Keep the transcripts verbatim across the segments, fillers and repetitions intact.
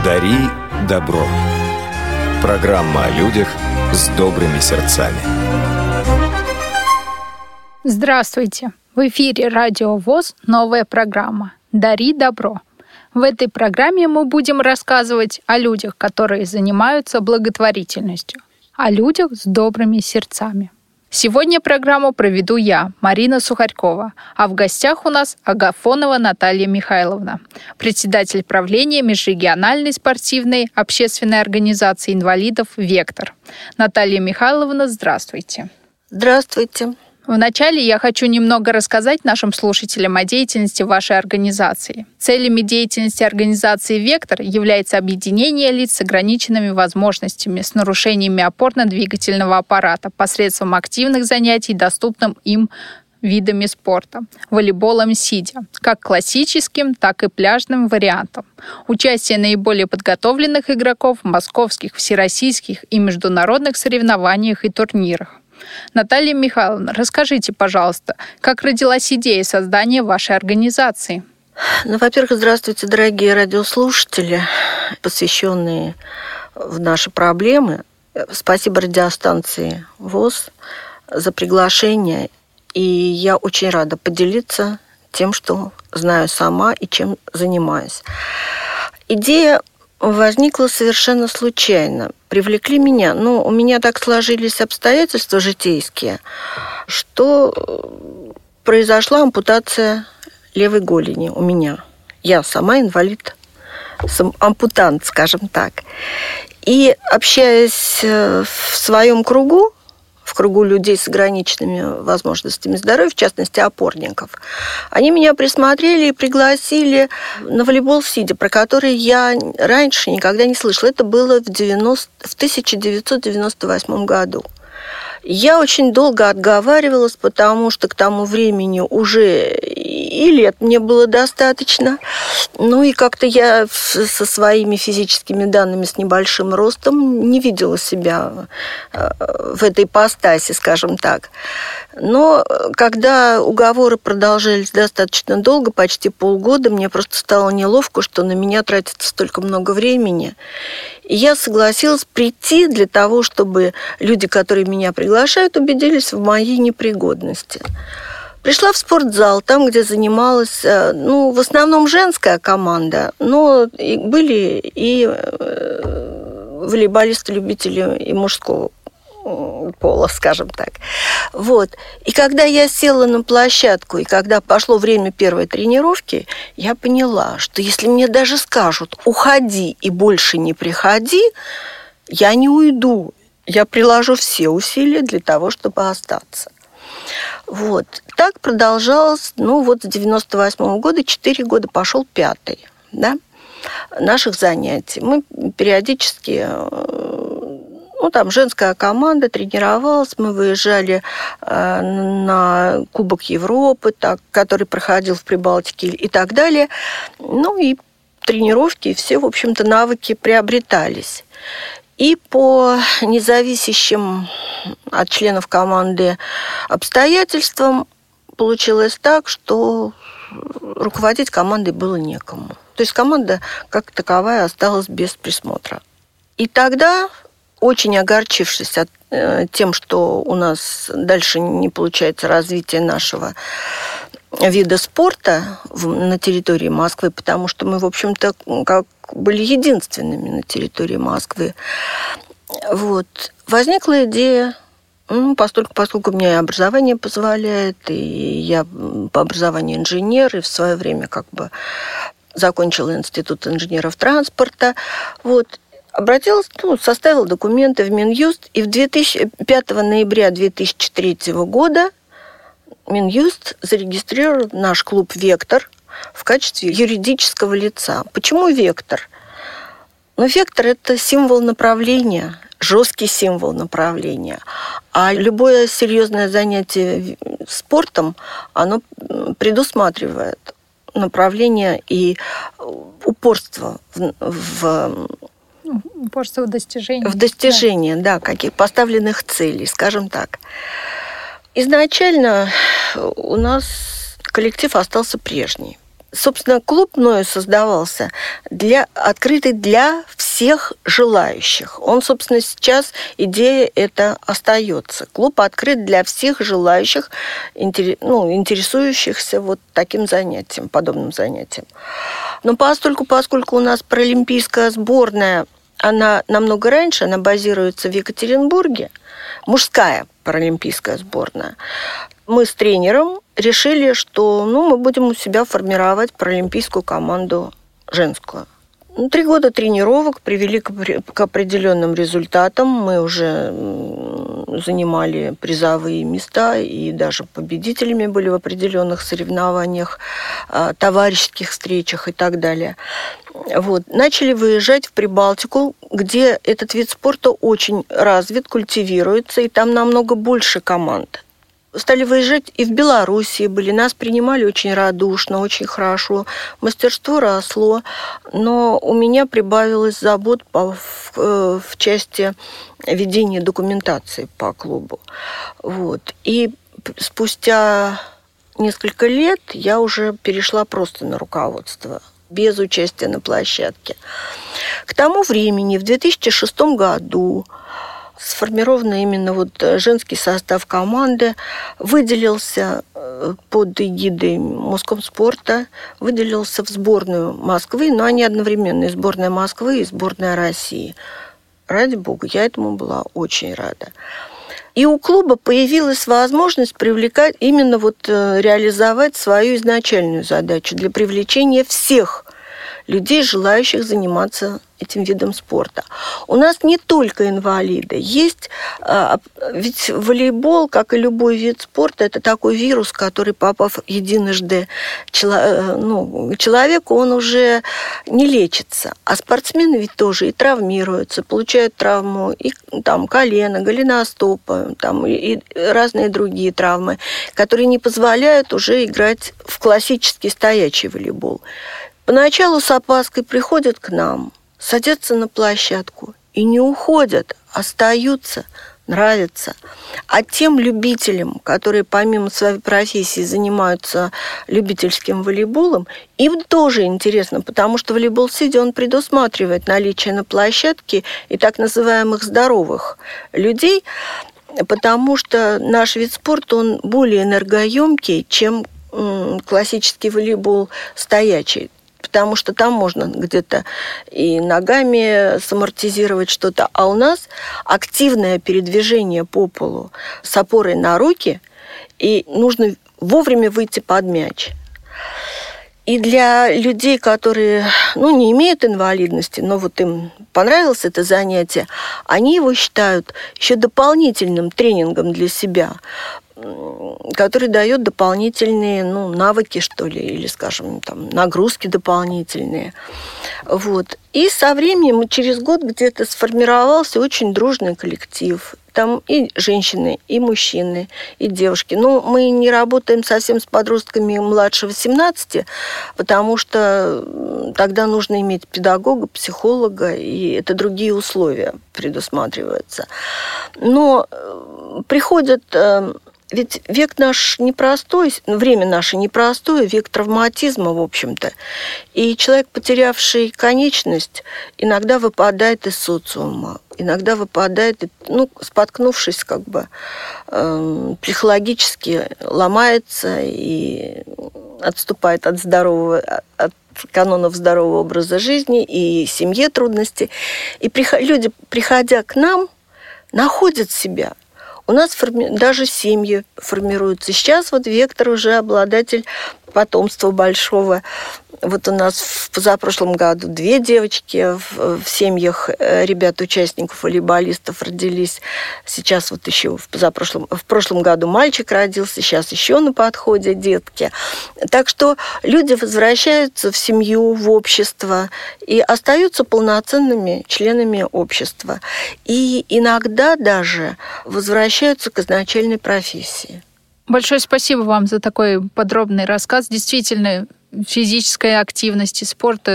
Дари добро. Программа о людях с добрыми сердцами. Здравствуйте! В эфире Радио ВОС новая программа «Дари добро». В этой программе мы будем рассказывать о людях, которые занимаются благотворительностью, о людях с добрыми сердцами. Сегодня программу проведу я, Марина Сухарькова, а в гостях у нас Агафонова Наталья Михайловна, председатель правления межрегиональной спортивной общественной организации инвалидов «Вектор». Наталья Михайловна, здравствуйте. Здравствуйте. Вначале я хочу немного рассказать нашим слушателям о деятельности вашей организации. Целями деятельности организации «Вектор» является объединение лиц с ограниченными возможностями, с нарушениями опорно-двигательного аппарата посредством активных занятий, доступным им видами спорта, волейболом сидя, как классическим, так и пляжным вариантом. Участие наиболее подготовленных игроков в московских, всероссийских и международных соревнованиях и турнирах. Наталья Михайловна, расскажите, пожалуйста, как родилась идея создания вашей организации? Ну, во-первых, здравствуйте, дорогие радиослушатели, посвященные в наши проблемы. Спасибо радиостанции ВОС за приглашение. И я очень рада поделиться тем, что знаю сама и чем занимаюсь. Идея возникла совершенно случайно. Привлекли меня. Ну, у меня так сложились обстоятельства житейские, что произошла ампутация левой голени у меня. Я сама инвалид, ампутант, скажем так. И общаясь в своем кругу, в кругу людей с ограниченными возможностями здоровья, в частности, опорников, они меня присмотрели и пригласили на волейбол сидя, про который я раньше никогда не слышала. Это было в, девяносто, в тысяча девятьсот девяносто восьмом году. Я очень долго отговаривалась, потому что к тому времени уже и лет мне было достаточно. Ну и как-то я со своими физическими данными, с небольшим ростом, не видела себя в этой ипостаси, скажем так. Но когда уговоры продолжались достаточно долго, почти полгода, мне просто стало неловко, что на меня тратится столько много времени. И я согласилась прийти для того, чтобы люди, которые меня приглашают, убедились в моей непригодности. Пришла в спортзал, там, где занималась, ну, в основном женская команда, но были и волейболисты-любители и мужского пола, скажем так. Вот. И когда я села на площадку, и когда пошло время первой тренировки, я поняла, что если мне даже скажут «уходи и больше не приходи», я не уйду. Я приложу все усилия для того, чтобы остаться. Вот. Так продолжалось, ну вот с девяносто восьмого года, четыре года, пошел пятый, да, наших занятий. Мы периодически, ну там женская команда тренировалась, мы выезжали э, на Кубок Европы, так, который проходил в Прибалтике и так далее. Ну и тренировки, и все, в общем-то, навыки приобретались. И по независящим от членов команды обстоятельствам получилось так, что руководить командой было некому. То есть команда как таковая осталась без присмотра. И тогда, очень огорчившись от, э, тем, что у нас дальше не получается развитие нашего вида спорта в, на территории Москвы, потому что мы, в общем-то, как были единственными на территории Москвы. Вот. Возникла идея, ну, поскольку, поскольку у меня и образование позволяет, и я по образованию инженер, и в свое время как бы закончила институт инженеров транспорта, вот, обратилась, ну, составила документы в Минюст, и в пятого ноября две тысячи третьего года Минюст зарегистрировал наш клуб «Вектор» в качестве юридического лица. Почему «Вектор»? Ну, «Вектор» – это символ направления, жесткий символ направления. А любое серьезное занятие спортом, оно предусматривает направление и упорство в, в упорство в достижении. В достижении, да, да каких поставленных целей, скажем так. Изначально у нас коллектив остался прежний. собственно, клуб мною создавался для, открытый для всех желающих. Он, собственно, сейчас идея эта остается. Клуб открыт для всех желающих, ну, интересующихся вот таким занятием, подобным занятием. Но поскольку, поскольку у нас паралимпийская сборная, она намного раньше, она базируется в Екатеринбурге, мужская паралимпийская сборная, мы с тренером решили, что ну, мы будем у себя формировать паралимпийскую команду женскую. Ну, три года тренировок привели к, к определенным результатам. Мы уже занимали призовые места и даже победителями были в определенных соревнованиях, товарищеских встречах и так далее. Вот. Начали выезжать в Прибалтику, где этот вид спорта очень развит, культивируется, и там намного больше команд. Стали выезжать и в Белоруссии были. Нас принимали очень радушно, очень хорошо. Мастерство росло, но у меня прибавилось забот по, в, в части ведения документации по клубу. Вот. И спустя несколько лет я уже перешла просто на руководство, без участия на площадке. К тому времени, в две тысячи шестом году, сформированный именно вот женский состав команды, выделился под эгидой Москомспорта, выделился в сборную Москвы, но они одновременно и сборная Москвы, и сборная России. Ради бога, я этому была очень рада. И у клуба появилась возможность привлекать, именно вот реализовать свою изначальную задачу для привлечения всех людей, желающих заниматься этим видом спорта. У нас не только инвалиды. Есть, ведь волейбол, как и любой вид спорта, это такой вирус, который, попав единожды ну, человеку, он уже не лечится. А спортсмены ведь тоже и травмируются, получают травму и там колено, голеностопа, там, и разные другие травмы, которые не позволяют уже играть в классический стоячий волейбол. Поначалу с опаской приходят к нам, садятся на площадку и не уходят, остаются, нравятся. А тем любителям, которые помимо своей профессии занимаются любительским волейболом, им тоже интересно, потому что волейбол-сити, он предусматривает наличие на площадке и так называемых здоровых людей, потому что наш вид спорта, он более энергоемкий, чем классический волейбол стоячий. Потому что там можно где-то и ногами самортизировать что-то. А у нас активное передвижение по полу с опорой на руки, и нужно вовремя выйти под мяч. И для людей, которые ну, не имеют инвалидности, но вот им понравилось это занятие, они его считают еще дополнительным тренингом для себя, который дает дополнительные ну, навыки, что ли, или, скажем, там, нагрузки дополнительные. Вот. И со временем, через год где-то сформировался очень дружный коллектив. Там и женщины, и мужчины, и девушки. Но мы не работаем совсем с подростками младше восемнадцати, потому что тогда нужно иметь педагога, психолога, и это другие условия предусматриваются. Но приходят... Ведь век наш непростой, время наше непростое, век травматизма, в общем-то. И человек, потерявший конечность, иногда выпадает из социума, иногда выпадает, ну, споткнувшись, как бы э, психологически ломается и отступает от здорового, от канонов здорового образа жизни, и семье трудности. И приход, люди, приходя к нам, находят себя. У нас форми... даже семьи формируются. Сейчас вот Вектор уже обладатель потомства большого. Вот у нас в позапрошлом году две девочки в, в семьях ребят-участников, волейболистов родились. Сейчас вот еще в позапрошлом, в прошлом году мальчик родился, сейчас еще на подходе детки. Так что люди возвращаются в семью, в общество и остаются полноценными членами общества. И иногда даже возвращаются к изначальной профессии. Большое спасибо вам за такой подробный рассказ. Действительно, физической активности, спорта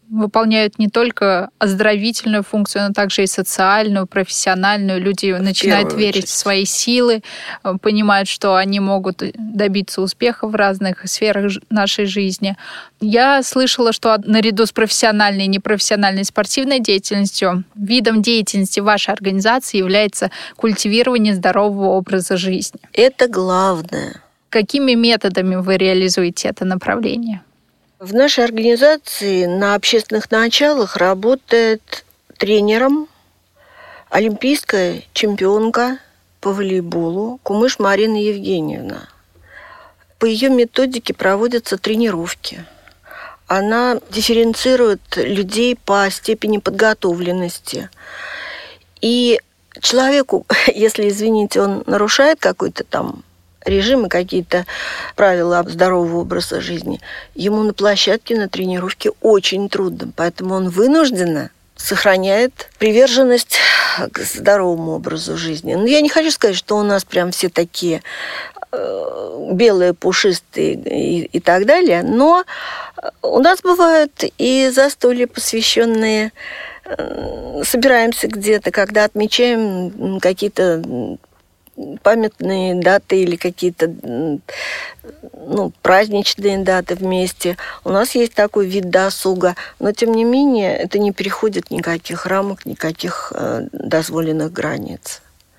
выполняют не только оздоровительную функцию, но также и социальную, профессиональную. Люди начинают верить в свои силы, понимают, что они могут добиться успеха в разных сферах нашей жизни. Я слышала, что наряду с профессиональной и непрофессиональной спортивной деятельностью видом деятельности вашей организации является культивирование здорового образа жизни. Это главное. Какими методами вы реализуете это направление? В нашей организации на общественных началах работает тренером олимпийская чемпионка по волейболу Кумыш Марина Евгеньевна. По ее методике проводятся тренировки. Она дифференцирует людей по степени подготовленности. И человеку, если, извините, он нарушает какой-то там режимы, какие-то правила здорового образа жизни, ему на площадке, на тренировке очень трудно. Поэтому он вынужденно сохраняет приверженность к здоровому образу жизни. Но я не хочу сказать, что у нас прям все такие э, белые, пушистые и, и так далее, но у нас бывают и застолья, посвященные, э, собираемся где-то, когда отмечаем какие-то памятные даты или какие-то ну, праздничные даты вместе. У нас есть такой вид досуга, но тем не менее это не переходит никаких рамок, никаких э, дозволенных границ.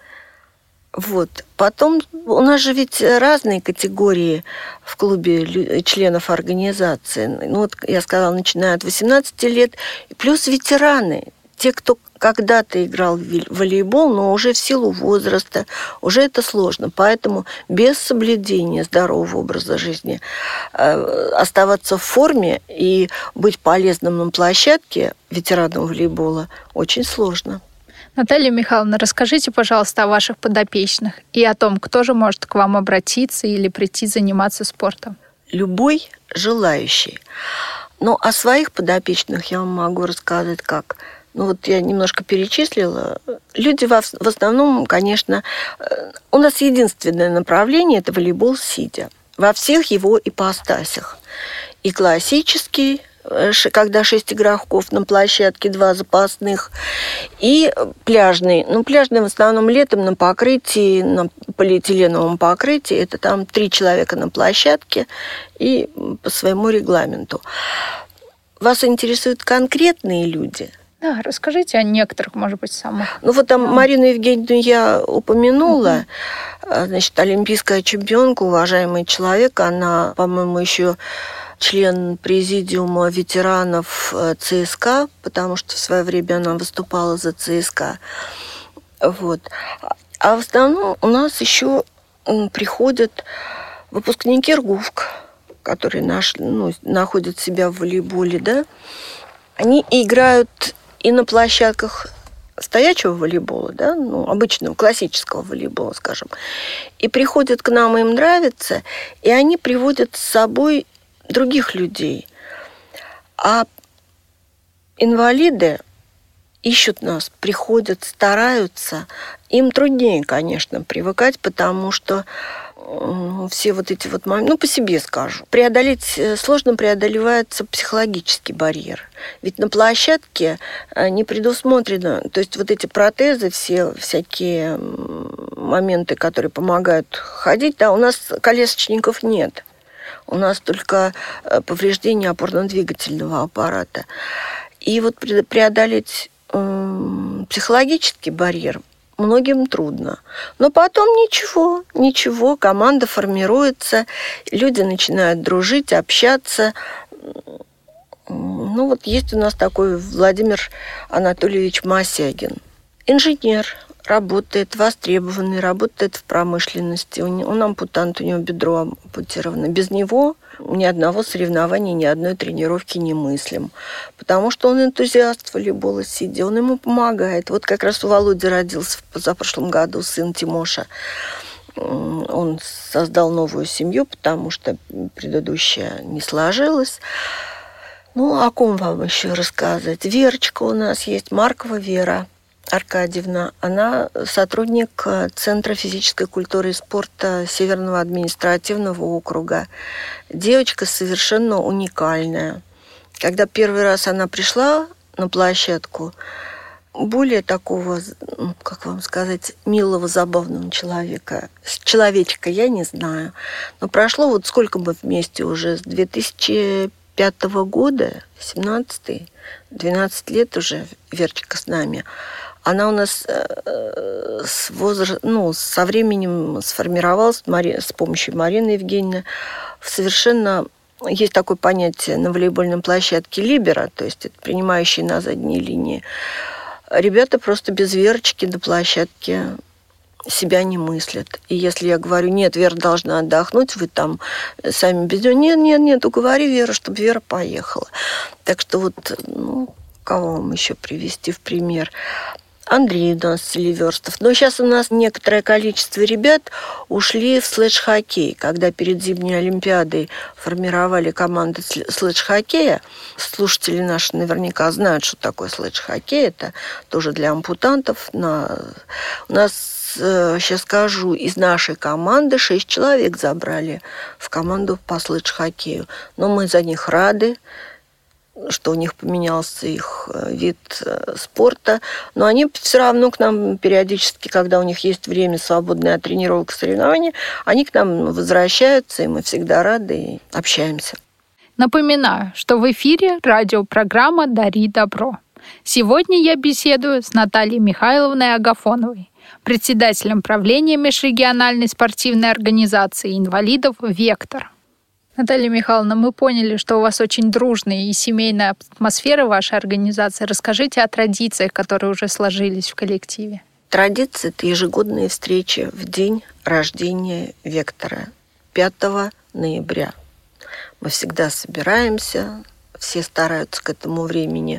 Вот. Потом у нас же ведь разные категории в клубе членов организации. Ну вот я сказала, начиная от восемнадцати лет, плюс ветераны. Те, кто когда-то играл в волейбол, но уже в силу возраста, уже это сложно. Поэтому без соблюдения здорового образа жизни э, оставаться в форме и быть полезным на площадке ветеранам волейбола очень сложно. Наталья Михайловна, расскажите, пожалуйста, о ваших подопечных и о том, кто же может к вам обратиться или прийти заниматься спортом. Любой желающий. Но о своих подопечных я вам могу рассказать как. Ну вот я немножко перечислила. Люди в основном, конечно, у нас единственное направление – это волейбол сидя. Во всех его ипостасях. И классический, когда шесть игроков на площадке, два запасных, и пляжный. Ну, пляжный в основном летом на покрытии, на полиэтиленовом покрытии. Это там три человека на площадке и по своему регламенту. Вас интересуют конкретные люди – Да, расскажите о некоторых, может быть, самых. Ну вот там Марину Евгеньевну я упомянула, uh-huh. Значит, олимпийская чемпионка, уважаемый человек, она, по-моему, еще член президиума ветеранов ЦСКА, потому что в свое время она выступала за ЦСКА. Вот. А в основном у нас еще приходят выпускники РГУФК, которые наш, ну, находят себя в волейболе, да. Они играют и на площадках стоячего волейбола, да, ну, обычного, классического волейбола, скажем, и приходят к нам, им нравится, и они приводят с собой других людей. А инвалиды ищут нас, приходят, стараются. Им труднее, конечно, привыкать, потому что все вот эти вот моменты, ну, по себе скажу. Преодолеть, сложно преодолевается психологический барьер. Ведь на площадке не предусмотрено, то есть вот эти протезы, все всякие моменты, которые помогают ходить, да, у нас колясочников нет. У нас только повреждение опорно-двигательного аппарата. И вот преодолеть э, психологический барьер многим трудно. Но потом ничего, ничего, команда формируется, люди начинают дружить, общаться. Ну вот есть у нас такой Владимир Анатольевич Мосягин. Инженер, работает, востребованный, работает в промышленности. Он ампутант, у него бедро ампутировано. Без него ни одного соревнования, ни одной тренировки не мыслим. Потому что он энтузиаст волейбола сидя, он ему помогает. Вот как раз у Володи родился в позапрошлом году сын Тимоша. Он создал новую семью, потому что предыдущая не сложилась. Ну, о ком вам еще рассказать? Верочка у нас есть, Маркова Вера Аркадьевна. Она сотрудник Центра физической культуры и спорта Северного административного округа. Девочка совершенно уникальная. когда первый раз она пришла на площадку, более такого, как вам сказать, милого, забавного человека, человечка, я не знаю. Но прошло вот сколько мы вместе уже, с две тысячи пятого года, семнадцатый, двенадцать лет уже Верочка с нами. Она у нас э, с возраст, ну, со временем сформировалась Мари, с помощью Марины Евгеньевны в совершенно... Есть такое понятие на волейбольной площадке либеро, то есть это принимающие на задней линии. Ребята просто без Верочки на площадке себя не мыслят. И если я говорю, нет, Вера должна отдохнуть, вы там сами без нее, нет, нет, нет, уговори Веру, чтобы Вера поехала. Так что вот, ну, кого вам еще привести в пример? Андрей у нас Селиверстов. Но сейчас у нас некоторое количество ребят ушли в слэдж-хоккей. Когда перед зимней Олимпиадой формировали команды слэдж-хоккея, слушатели наши наверняка знают, что такое слэдж-хоккей. Это тоже для ампутантов. На... У нас, сейчас скажу, из нашей команды шесть человек забрали в команду по слэдж-хоккею. Но мы за них рады, что у них поменялся их вид спорта. Но они все равно к нам периодически, когда у них есть время свободное от тренировок и соревнований, они к нам возвращаются, и мы всегда рады и общаемся. Напоминаю, что в эфире радиопрограмма «Дари добро». Сегодня я беседую с Натальей Михайловной Агафоновой, председателем правления межрегиональной спортивной организации инвалидов «Вектор». Наталья Михайловна, мы поняли, что у вас очень дружная и семейная атмосфера в вашей организации. Расскажите о традициях, которые уже сложились в коллективе. Традиции – это ежегодные встречи в день рождения Вектора, пятого ноября. Мы всегда собираемся, все стараются к этому времени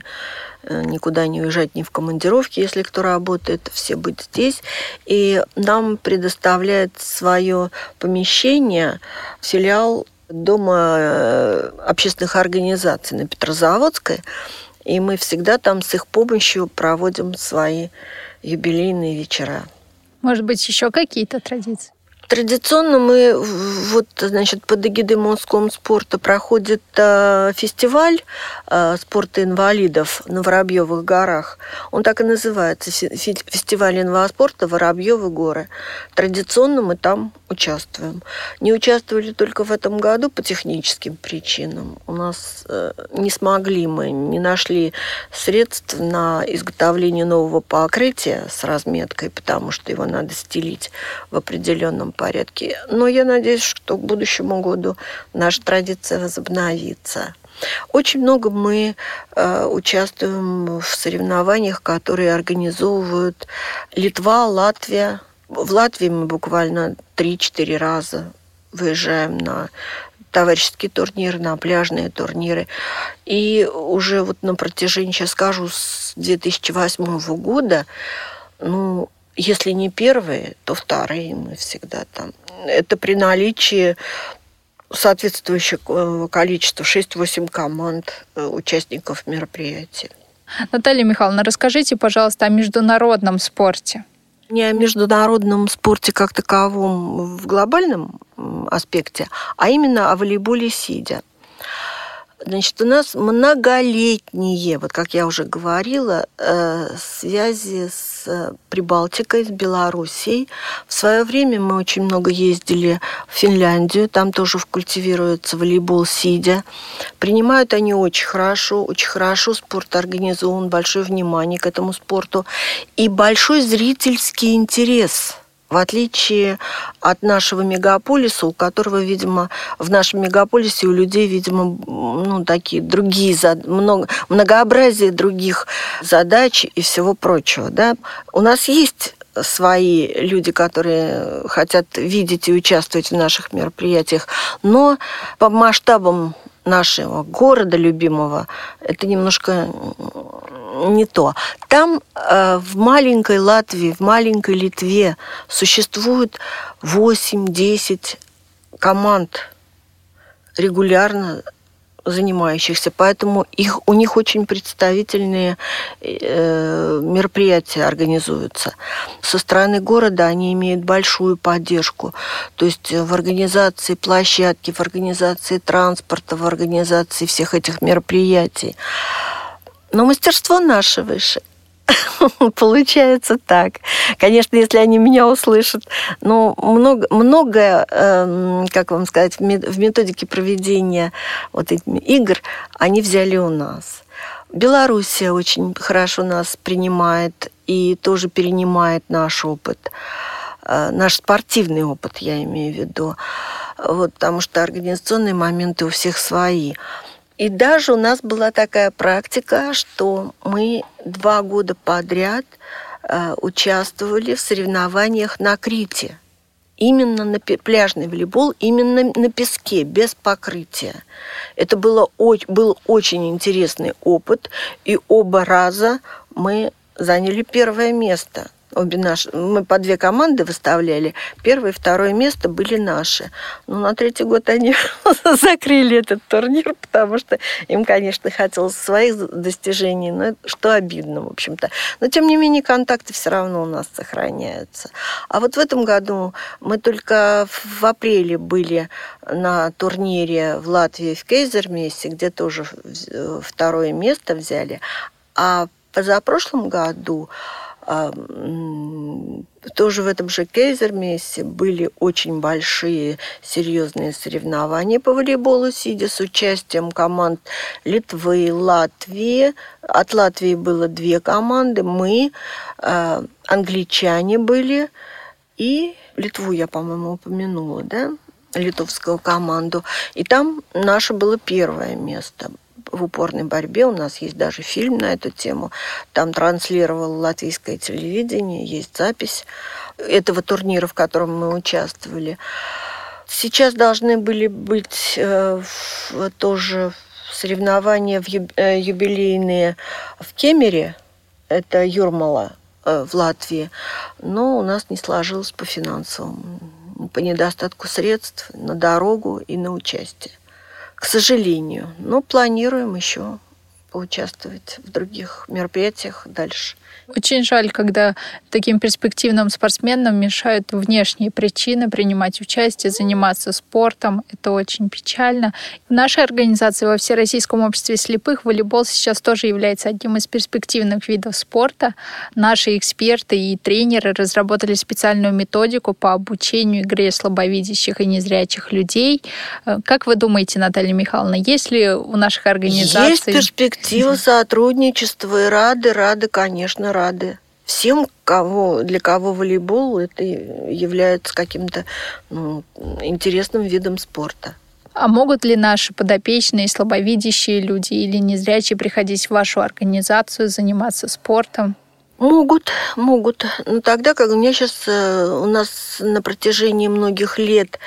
никуда не уезжать, ни в командировки, если кто работает, все быть здесь. И нам предоставляет свое помещение филиал Дома общественных организаций на Петрозаводской, и мы всегда там с их помощью проводим свои юбилейные вечера. Может быть, еще какие-то традиции? Традиционно мы, вот, значит, под эгидой Москомспорта проходит э, фестиваль э, спорта инвалидов на Воробьевых горах. Он так и называется, фестиваль инваспорта «Воробьевы горы». Традиционно мы там участвуем. Не участвовали только в этом году по техническим причинам. У нас э, не смогли, мы не нашли средств на изготовление нового покрытия с разметкой, потому что его надо стелить в определенном порядке. Но я надеюсь, что к будущему году наша традиция возобновится. Очень много мы э, участвуем в соревнованиях, которые организовывают Литва, Латвия. В Латвии мы буквально три-четыре раза выезжаем на товарищеские турниры, на пляжные турниры. И уже вот на протяжении, сейчас скажу, с две тысячи восьмого года, ну, если не первые, то вторые мы всегда там. Это при наличии соответствующего количества, шесть-восемь команд участников мероприятия. Наталья Михайловна, расскажите, пожалуйста, о международном спорте. Не о международном спорте как таковом в глобальном аспекте, а именно о волейболе сидя. Значит, у нас многолетние, вот как я уже говорила, э, связи с Прибалтикой, с Белоруссией. В свое время мы очень много ездили в Финляндию, там тоже культивируется волейбол сидя. Принимают они очень хорошо, очень хорошо, спорт организован, большое внимание к этому спорту и большой зрительский интерес. В отличие от нашего мегаполиса, у которого, видимо, в нашем мегаполисе у людей, видимо, ну, такие другие, много, многообразие других задач и всего прочего. Да? У нас есть свои люди, которые хотят видеть и участвовать в наших мероприятиях, но по масштабам нашего города любимого это немножко не то. Там э, в маленькой Латвии, в маленькой Литве существует восемь-десять команд, регулярно занимающихся, поэтому их, у них очень представительные э, мероприятия организуются. Со стороны города они имеют большую поддержку, то есть в организации площадки, в организации транспорта, в организации всех этих мероприятий. Но мастерство наше выше. Получается так. Конечно, если они меня услышат, но много, многое, э, как вам сказать, в методике проведения вот этих игр они взяли у нас. Белоруссия очень хорошо нас принимает и тоже перенимает наш опыт, э, наш спортивный опыт, я имею в виду, вот, потому что организационные моменты у всех свои. И даже у нас была такая практика, что мы два года подряд э, участвовали в соревнованиях на Крите. Именно на пляжный волейбол, именно на песке, без покрытия. Это было, был очень интересный опыт, и оба раза мы заняли первое место. Обе наши, мы по две команды выставляли. Первое и второе место были наши. Но на третий год они закрыли этот турнир, потому что им, конечно, хотелось своих достижений, но что обидно, в общем-то. Но, тем не менее, контакты все равно у нас сохраняются. А вот в этом году мы только в апреле были на турнире в Латвии в Кейзермессе, где тоже второе место взяли. А позапрошлом году тоже в этом же Кейзермессе были очень большие серьезные соревнования по волейболу сидя с участием команд Литвы, Латвии. От Латвии было две команды, мы, англичане были, и Литву я, по-моему, упомянула, да, литовскую команду. И там наше было первое место. В упорной борьбе. У нас есть даже фильм на эту тему. Там транслировало латвийское телевидение, есть запись этого турнира, в котором мы участвовали. Сейчас должны были быть э, в, тоже соревнования в ю, э, юбилейные в Кемере, это Юрмала э, в Латвии, но у нас не сложилось по финансовому, по недостатку средств на дорогу и на участие. К сожалению. Но планируем еще поучаствовать в других мероприятиях дальше. Очень жаль, когда таким перспективным спортсменам мешают внешние причины принимать участие, заниматься спортом. Это очень печально. В нашей организации во Всероссийском обществе слепых волейбол сейчас тоже является одним из перспективных видов спорта. Наши эксперты и тренеры разработали специальную методику по обучению игре слабовидящих и незрячих людей. Как вы думаете, Наталья Михайловна, есть ли у наших организаций... Есть перспектива сотрудничества, и рады, рады, конечно, рады. Всем, кого, для кого волейбол это является каким-то ну, интересным видом спорта. А могут ли наши подопечные, слабовидящие люди или незрячие приходить в вашу организацию, заниматься спортом? Могут, могут. Но тогда, как у меня сейчас, у нас на протяжении многих лет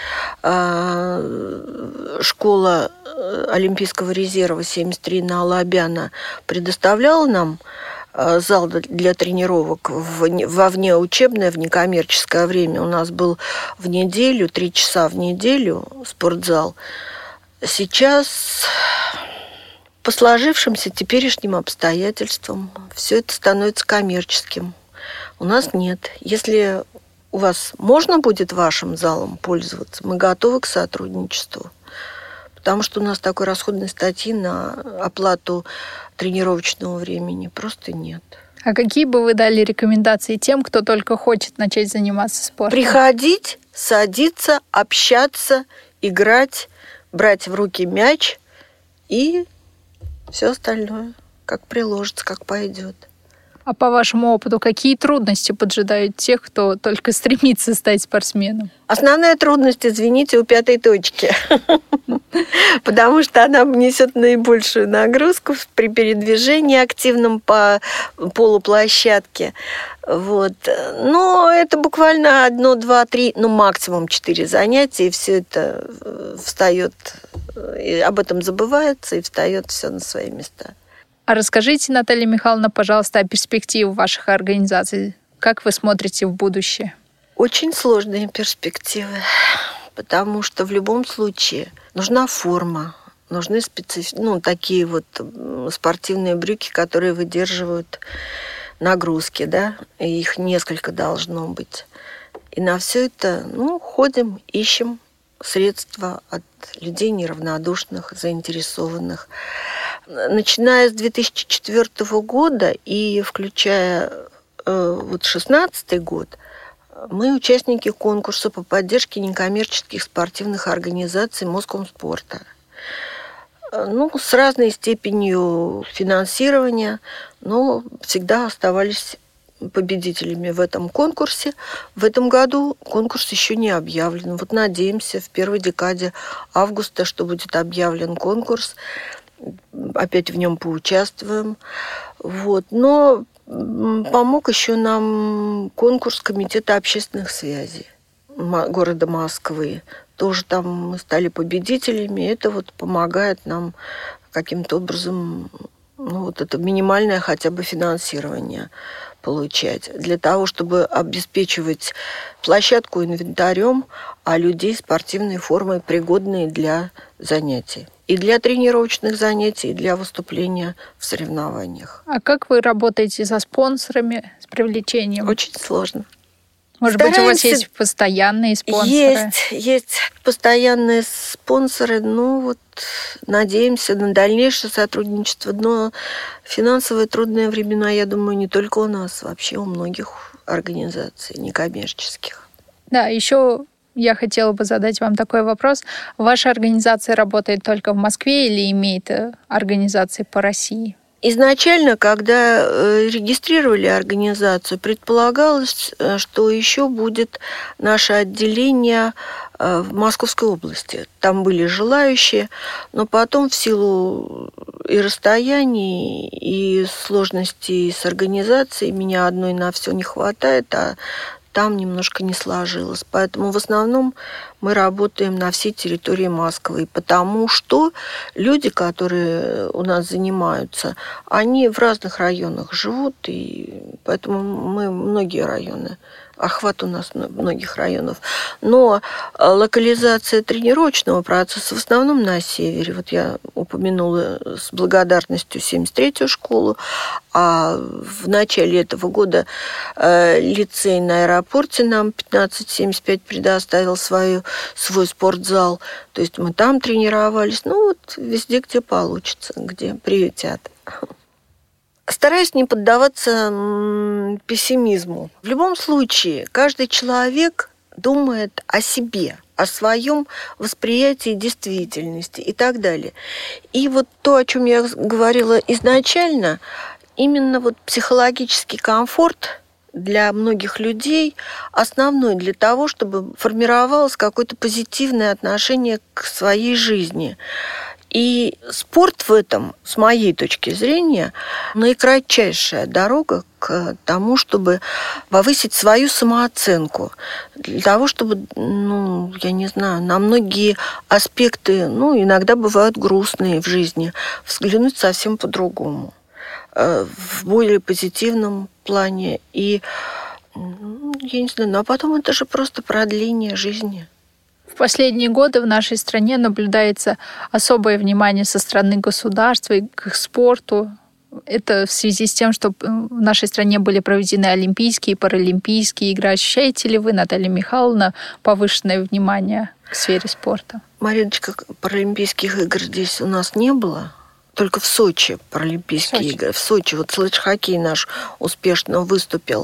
школа Олимпийского резерва семьдесят три на Алабяна предоставляла нам зал для тренировок во внеучебное, в некоммерческое время. У нас был в неделю, три часа в неделю спортзал. Сейчас по сложившимся теперешним обстоятельствам все это становится коммерческим. У нас нет. Если у вас можно будет вашим залом пользоваться, мы готовы к сотрудничеству. Потому что у нас такой расходной статьи на оплату тренировочного времени просто нет. А какие бы вы дали рекомендации тем, кто только хочет начать заниматься спортом? Приходить, садиться, общаться, играть, брать в руки мяч и все остальное, как приложится, как пойдет. А по вашему опыту, какие трудности поджидают тех, кто только стремится стать спортсменом? Основная трудность, извините, у пятой точки. Потому что она несет наибольшую нагрузку при передвижении активном по полуплощадке. Вот. Но это буквально одно, два, три, ну максимум четыре занятия, и все это встает, и об этом забывается, и встает все на свои места. А расскажите, Наталья Михайловна, пожалуйста, о перспективах ваших организаций. Как вы смотрите в будущее? Очень сложные перспективы, потому что в любом случае нужна форма, Нужны специфи... ну, такие вот спортивные брюки, которые выдерживают нагрузки, да, и их несколько должно быть. И на все это, ну, ходим, ищем средства от людей неравнодушных, заинтересованных. Начиная с две тысячи четвёртого года и включая э, вот шестнадцатый год, мы участники конкурса по поддержке некоммерческих спортивных организаций Москомспорта. Ну, с разной степенью финансирования, но всегда оставались победителями в этом конкурсе. В этом году конкурс еще не объявлен. Вот надеемся, в первой декаде августа, что будет объявлен конкурс. Опять в нем поучаствуем. Вот. Но помог еще нам конкурс Комитета общественных связей города Москвы. Тоже там мы стали победителями. Это вот помогает нам каким-то образом, ну, вот это минимальное хотя бы финансирование получать. Для того, чтобы обеспечивать площадку инвентарем, а людей спортивной формой, пригодные для занятий. И для тренировочных занятий, и для выступления в соревнованиях. А как вы работаете со спонсорами, с привлечением? Очень сложно. Может Стараемся... быть, у вас есть постоянные спонсоры? Есть, есть постоянные спонсоры. Ну, вот надеемся на дальнейшее сотрудничество. Но финансовые трудные времена, я думаю, не только у нас, вообще у многих организаций некоммерческих. Да, еще я хотела бы задать вам такой вопрос. Ваша организация работает только в Москве или имеет организации по России? Изначально, когда регистрировали организацию, предполагалось, что еще будет наше отделение в Московской области. Там были желающие, но потом в силу и расстояний, и сложностей с организацией меня одной на все не хватает, а там немножко не сложилось. Поэтому в основном мы работаем на всей территории Москвы, потому что люди, которые у нас занимаются, они в разных районах живут, и поэтому мы многие районы, охват у нас многих районов. Но локализация тренировочного процесса в основном на севере. Вот я упомянула с благодарностью семьдесят третью школу, а в начале этого года лицей на аэропорте нам пятнадцать семьдесят пять предоставил свою, свой спортзал. То есть мы там тренировались. Ну вот везде, где получится, где приютят. Стараюсь не поддаваться пессимизму. В любом случае, каждый человек думает о себе, о своем восприятии действительности и так далее. И вот то, о чем я говорила изначально, именно вот психологический комфорт для многих людей основной для того, чтобы формировалось какое-то позитивное отношение к своей жизни. И спорт в этом, с моей точки зрения, наикратчайшая дорога к тому, чтобы повысить свою самооценку. Для того, чтобы, ну, я не знаю, на многие аспекты, ну, иногда бывают грустные в жизни, взглянуть совсем по-другому, в более позитивном плане. И, я не знаю, ну, а потом это же просто продление жизни. В последние годы в нашей стране наблюдается особое внимание со стороны государства к их спорту. Это в связи с тем, что в нашей стране были проведены Олимпийские и Паралимпийские игры. Ощущаете ли вы, Наталья Михайловна, повышенное внимание к сфере спорта? Мариночка, Паралимпийских игр здесь у нас не было. Только в Сочи Паралимпийские Сочи. игры. В Сочи вот слэдж-хоккей наш успешно выступил.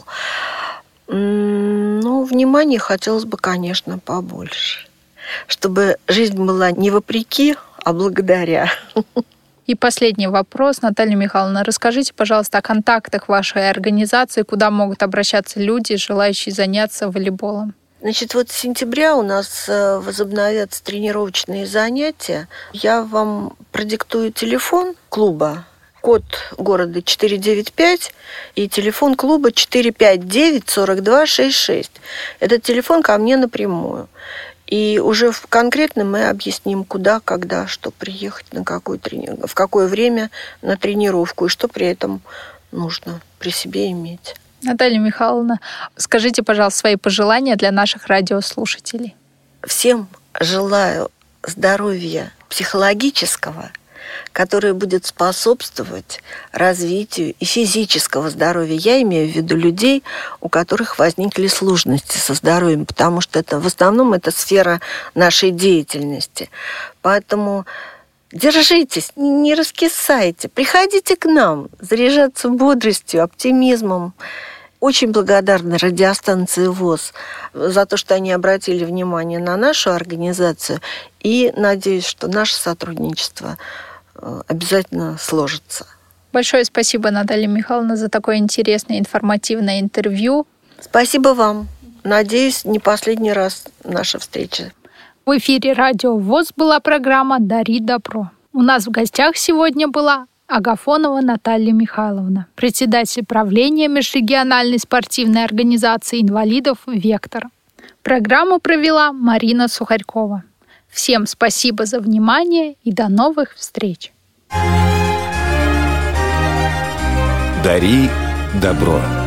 Ну, внимания хотелось бы, конечно, побольше. Чтобы жизнь была не вопреки, а благодаря. И последний вопрос, Наталья Михайловна. Расскажите, пожалуйста, о контактах вашей организации, куда могут обращаться люди, желающие заняться волейболом. Значит, вот с сентября у нас возобновятся тренировочные занятия. Я вам продиктую телефон клуба, код города четыре девять пять и телефон клуба четыре пять девять сорок два шестьдесят шесть. Этот телефон ко мне напрямую. И уже конкретно мы объясним, куда, когда, что приехать, на какую трени... в какое время на тренировку и что при этом нужно при себе иметь. Наталья Михайловна, скажите, пожалуйста, свои пожелания для наших радиослушателей. Всем желаю здоровья психологического, которое будет способствовать развитию и физического здоровья. Я имею в виду людей, у которых возникли сложности со здоровьем, потому что это в основном это сфера нашей деятельности. Поэтому держитесь, не раскисайте, приходите к нам заряжаться бодростью, оптимизмом. Очень благодарны радиостанции ВОС за то, что они обратили внимание на нашу организацию, и надеюсь, что наше сотрудничество обязательно сложится. Большое спасибо, Наталья Михайловна, за такое интересное, информативное интервью. Спасибо вам. Надеюсь, не последний раз наша встреча. В эфире радио ВОС была программа «Дари добро». У нас в гостях сегодня была Агафонова Наталья Михайловна, председатель правления межрегиональной спортивной организации инвалидов «Вектор». Программу провела Марина Сухарькова. Всем спасибо за внимание и до новых встреч. Дари добро.